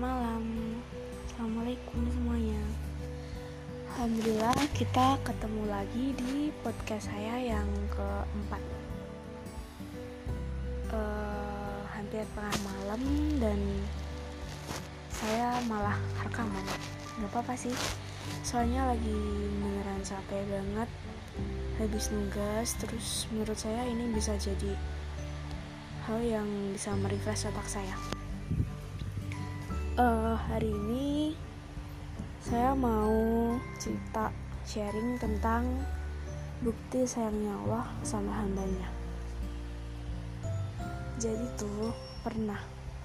malam. Assalamualaikum semuanya. Alhamdulillah kita ketemu lagi di podcast saya yang keempat. Hampir tengah malam dan saya malah rekaman. Gak apa-apa sih, soalnya lagi beneran capek banget habis nugas. Terus menurut saya ini bisa jadi hal yang bisa merefresh otak saya. Hari ini saya mau cerita sharing tentang bukti sayangnya Allah sama hambanya. Jadi tuh pernah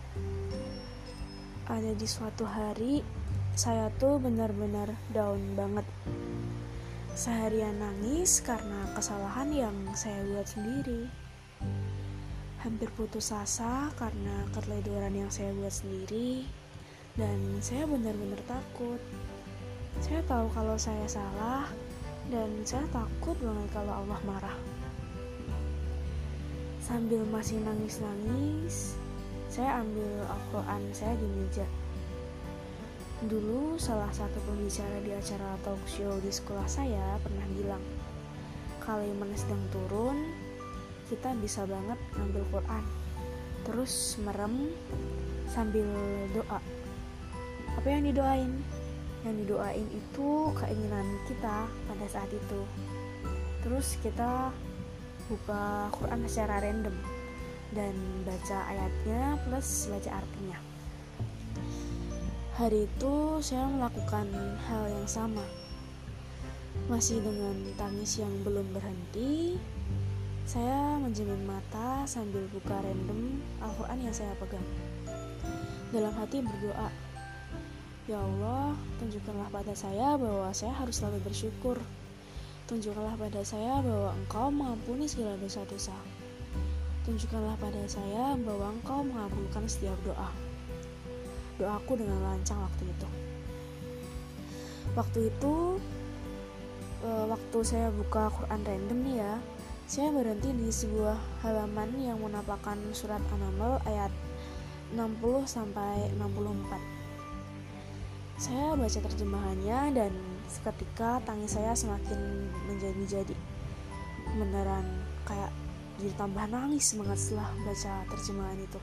ada di suatu hari saya tuh benar-benar down banget. Seharian nangis karena kesalahan yang saya buat sendiri. Hampir putus asa karena keteledoran yang saya buat sendiri. Dan saya benar-benar takut. Saya tahu kalau saya salah dan saya takut banget kalau Allah marah. Sambil masih nangis-nangis, saya ambil Al-Quran saya di meja. Dulu salah satu pembicara di acara talk show di sekolah saya pernah bilang, kalau iman sedang turun, kita bisa banget ngambil Quran, terus merem sambil doa. Apa yang didoain? Yang didoain itu keinginan kita pada saat itu. Terus kita buka Quran secara random dan baca ayatnya plus baca artinya. Hari itu saya melakukan hal yang sama. Masih dengan tangis yang belum berhenti, saya menjamin mata sambil buka random Al-Quran yang saya pegang. Dalam hati berdoa, ya Allah, tunjukkanlah pada saya bahwa saya harus selalu bersyukur. Tunjukkanlah pada saya bahwa Engkau mengampuni segala dosa-dosa. Tunjukkanlah pada saya bahwa Engkau mengabulkan setiap doa. Doaku dengan lancang waktu itu. Waktu saya buka Quran random nih ya, saya berhenti di sebuah halaman yang menampakkan surat An-Naml ayat 60-64. Saya baca terjemahannya dan seketika tangis saya semakin menjadi-jadi. Beneran kayak jadi tambah nangis semangat setelah baca terjemahan itu.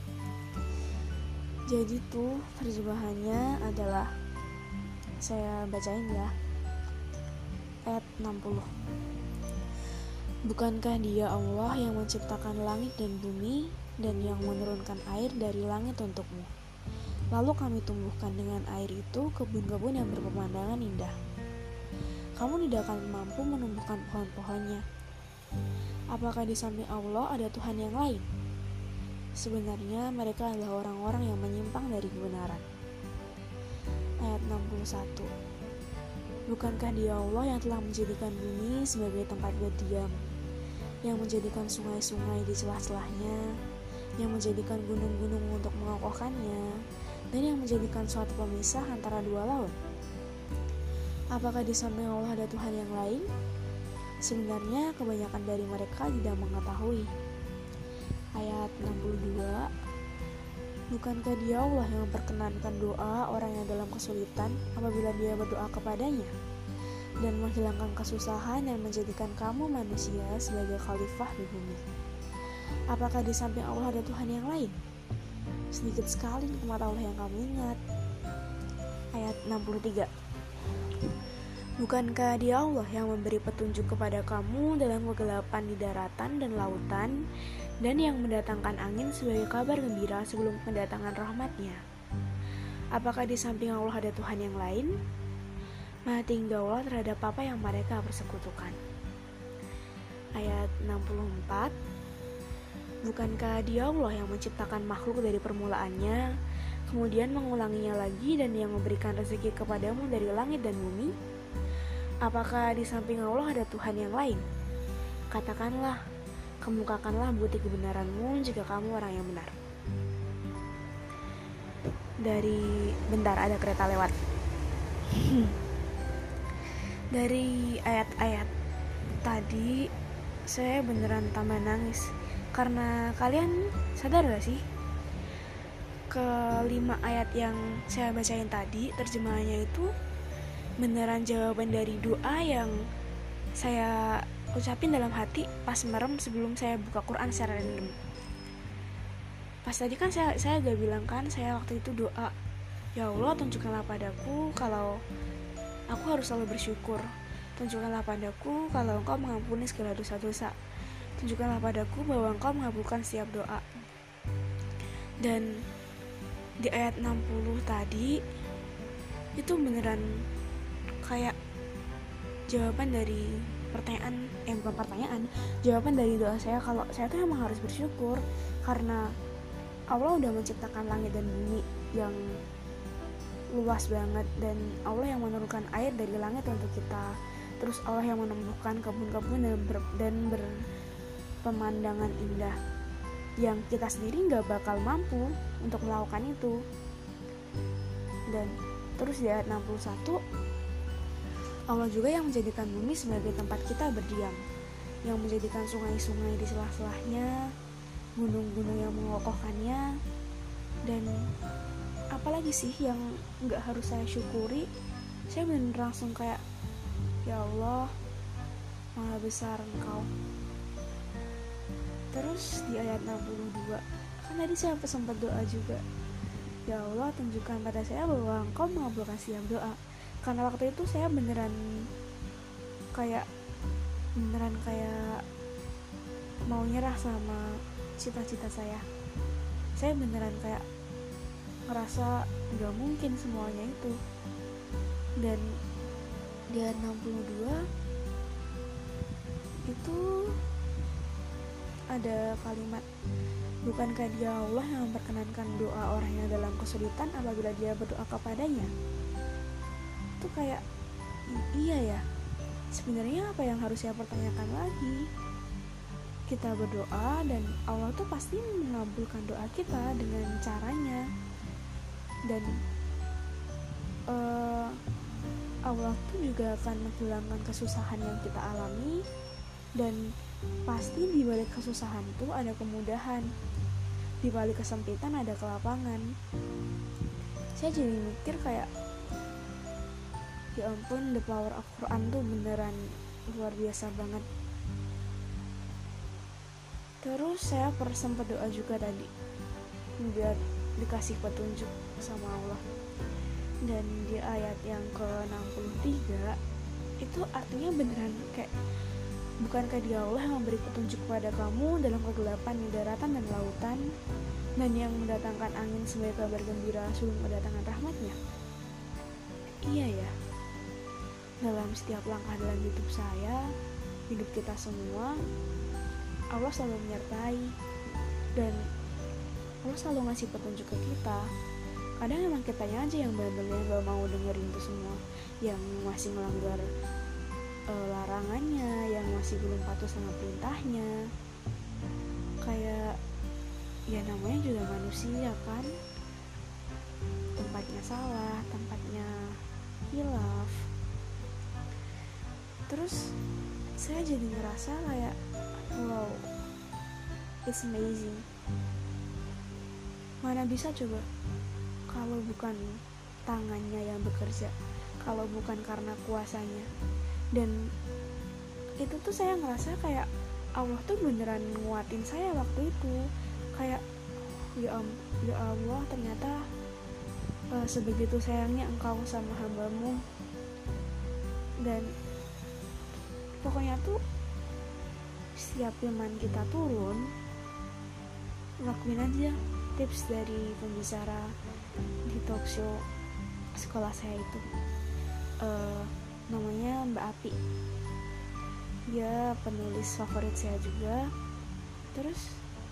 Jadi tuh terjemahannya adalah, saya bacain ya, ayat 60. Bukankah Dia Allah yang menciptakan langit dan bumi dan yang menurunkan air dari langit untukmu? Lalu kami tumbuhkan dengan air itu kebun-kebun yang berpemandangan indah. Kamu tidak akan mampu menumbuhkan pohon-pohonnya. Apakah di samping Allah ada Tuhan yang lain? Sebenarnya mereka adalah orang-orang yang menyimpang dari kebenaran. Ayat 61. Bukankah Dia Allah yang telah menjadikan bumi sebagai tempat berdiam, yang menjadikan sungai-sungai di celah-celahnya, yang menjadikan gunung-gunung untuk mengokohkannya, dan yang menjadikan suatu pemisah antara dua laut? Apakah di samping Allah ada Tuhan yang lain? Sebenarnya kebanyakan dari mereka tidak mengetahui. Ayat 62. Bukankah Dia Allah yang memperkenankan doa orang yang dalam kesulitan apabila dia berdoa kepadanya, dan menghilangkan kesusahan dan menjadikan kamu manusia sebagai khalifah di bumi? Apakah di samping Allah ada Tuhan yang lain? Sedikit sekali nikmat Allah yang kamu ingat. Ayat 63. Bukankah Dia Allah yang memberi petunjuk kepada kamu dalam kegelapan di daratan dan lautan, dan yang mendatangkan angin sebagai kabar gembira sebelum kedatangan rahmat-Nya? Apakah di samping Allah ada Tuhan yang lain? Maha tinggi Allah terhadap apa yang mereka persekutukan. Ayat 64. Bukankah Dia Allah yang menciptakan makhluk dari permulaannya, kemudian mengulanginya lagi, dan yang memberikan rezeki kepadamu dari langit dan bumi? Apakah di samping Allah ada Tuhan yang lain? Katakanlah, kemukakanlah bukti kebenaranmu jika kamu orang yang benar. Bentar, ada kereta lewat. Dari ayat-ayat tadi, saya beneran tambah nangis. Karena kalian sadar gak sih? kelima ayat yang saya bacain tadi, terjemahannya itu beneran jawaban dari doa yang saya ucapin dalam hati pas merem sebelum saya buka Quran secara random. Pas tadi kan saya gak bilang kan, saya waktu itu doa, ya Allah tunjukkanlah padaku kalau aku harus selalu bersyukur, tunjukkanlah padaku kalau Engkau mengampuni segala dosa-dosa, tunjukkanlah padaku bahwa Engkau mengabulkan setiap doa. Dan di ayat 60 tadi itu beneran kayak jawaban dari bukan pertanyaan, jawaban dari doa saya kalau saya tuh emang harus bersyukur karena Allah udah menciptakan langit dan bumi yang luas banget, dan Allah yang menurunkan air dari langit untuk kita, terus Allah yang menumbuhkan kebun-kebun dan berpemandangan indah yang kita sendiri gak bakal mampu untuk melakukan itu. Dan terus di ayat 61, Allah juga yang menjadikan bumi sebagai tempat kita berdiam, yang menjadikan sungai-sungai di sela-selahnya, gunung-gunung yang mengokohkannya. Dan apalagi sih yang gak harus saya syukuri? Saya bener langsung kayak, ya Allah, maha besar Engkau. Terus di ayat 62, kan tadi saya sempat doa juga, ya Allah tunjukkan pada saya bahwa Engkau mengabulkan setiap doa. Karena waktu itu saya beneran kayak mau nyerah sama cita-cita saya. Saya beneran kayak ngerasa gak mungkin semuanya itu. Dan di ayat 62 itu ada kalimat, bukankah Dia Allah yang memperkenankan doa orang yang dalam kesulitan apabila dia berdoa kepadanya? Itu kayak, iya ya, sebenarnya apa yang harus saya pertanyakan lagi? Kita berdoa dan Allah tuh pasti mengabulkan doa kita dengan caranya. Dan Allah tuh juga akan menghilangkan kesusahan yang kita alami, dan pasti di balik kesusahan tuh ada kemudahan, di balik kesempitan ada kelapangan. Saya jadi mikir kayak, ya ampun, the power of Quran tuh beneran luar biasa banget. Terus saya sempat doa juga tadi biar dikasih petunjuk sama Allah. Dan di ayat yang ke-63 itu artinya beneran kayak, bukankah Dia Allah yang memberi petunjuk kepada kamu dalam kegelapan di daratan dan lautan, dan yang mendatangkan angin sebagai kabar gembira sebelum kedatangan rahmatnya? Iya ya, dalam setiap langkah dalam hidup saya, hidup kita semua, Allah selalu menyertai, dan Allah selalu ngasih petunjuk ke kita. Kadang emang kitanya aja yang bandel, yang gak mau dengerin itu semua, yang masih melanggar larangannya, yang masih belum patuh sama perintahnya. Kayak, ya namanya juga manusia kan, tempatnya salah, tempatnya hilaf. Terus saya jadi ngerasa kayak, wow, it's amazing. Mana bisa coba kalau bukan tangannya yang bekerja, kalau bukan karena kuasanya. Dan itu tuh saya ngerasa kayak Allah tuh beneran nguatin saya waktu itu. Kayak, ya Allah, ternyata sebegitu sayangnya Engkau sama hambamu. Dan pokoknya tuh setiap firman kita turun, lakuin aja tips dari pembicara di talk show sekolah saya itu, namanya Mbak Api. Dia penulis favorit saya juga. Terus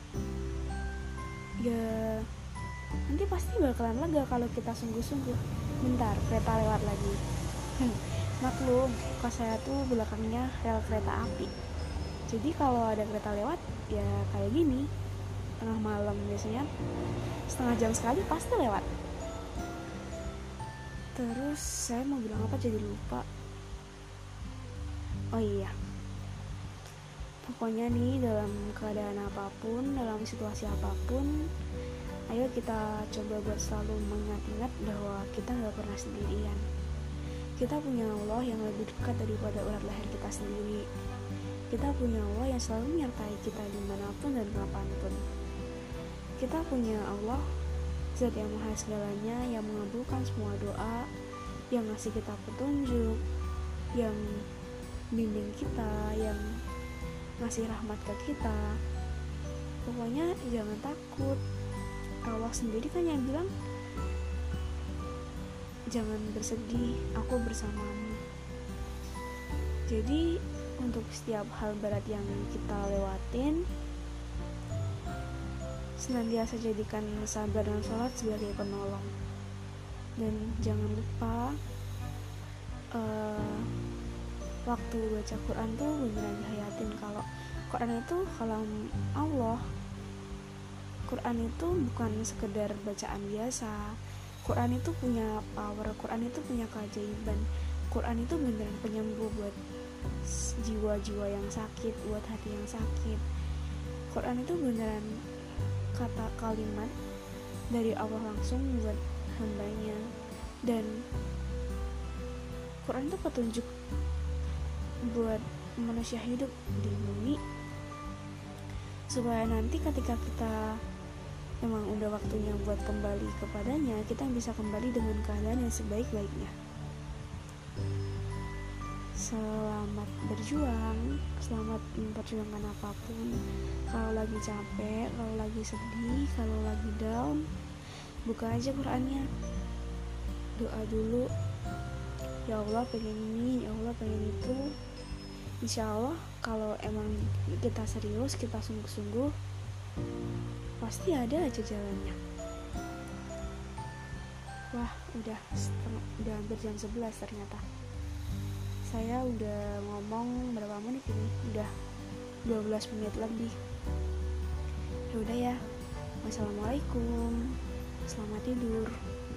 ya nanti pasti bakalan lega kalau kita sungguh-sungguh. Bentar, kereta lewat lagi. Maklum, kos saya tuh belakangnya rel kereta api. Jadi kalau ada kereta lewat, ya kayak gini, tengah malam biasanya setengah jam sekali pasti lewat. Terus saya mau bilang apa jadi lupa. Oh iya, pokoknya nih dalam keadaan apapun, dalam situasi apapun, Ayo kita coba buat selalu mengingat-ingat bahwa kita gak pernah sendirian. Kita punya Allah yang lebih dekat daripada urat leher kita sendiri. Kita punya Allah yang selalu menyertai kita dimanapun dan kapanpun. Kita punya Allah, Zat yang maha segalanya, yang mengabulkan semua doa, yang ngasih kita petunjuk, yang bimbing kita, yang ngasih rahmat ke kita. Pokoknya jangan takut. Allah sendiri kan yang bilang, jangan bersedih, aku bersamamu. Jadi untuk setiap hal berat yang kita lewatin, senantiasa jadikan sabar dan sholat sebagai penolong. Dan jangan lupa waktu baca Quran tuh beneran dihayatin. Kalau Quran itu kalam Allah, Quran itu bukan sekedar bacaan biasa. Quran itu punya power, Quran itu punya keajaiban. Quran itu beneran penyembuh buat jiwa-jiwa yang sakit, buat hati yang sakit. Quran itu beneran kata kalimat dari Allah langsung buat hambanya. Dan Quran itu petunjuk buat manusia hidup di bumi, supaya nanti ketika kita memang udah waktunya buat kembali kepadanya, kita bisa kembali dengan keadaan yang sebaik-baiknya. Selamat berjuang, selamat memperjuangkan apapun. Kalau lagi capek, kalau lagi sedih, kalau lagi down, buka aja Qurannya, doa dulu, ya Allah pengen ini, ya Allah pengen itu. Insya Allah kalau emang kita serius, kita sungguh-sungguh, pasti ada aja jalannya. Wah, udah hampir jam 11 ternyata. Saya udah ngomong berapa menit ini? Udah 12 menit lebih. Ya udah ya. Wassalamualaikum. Selamat tidur.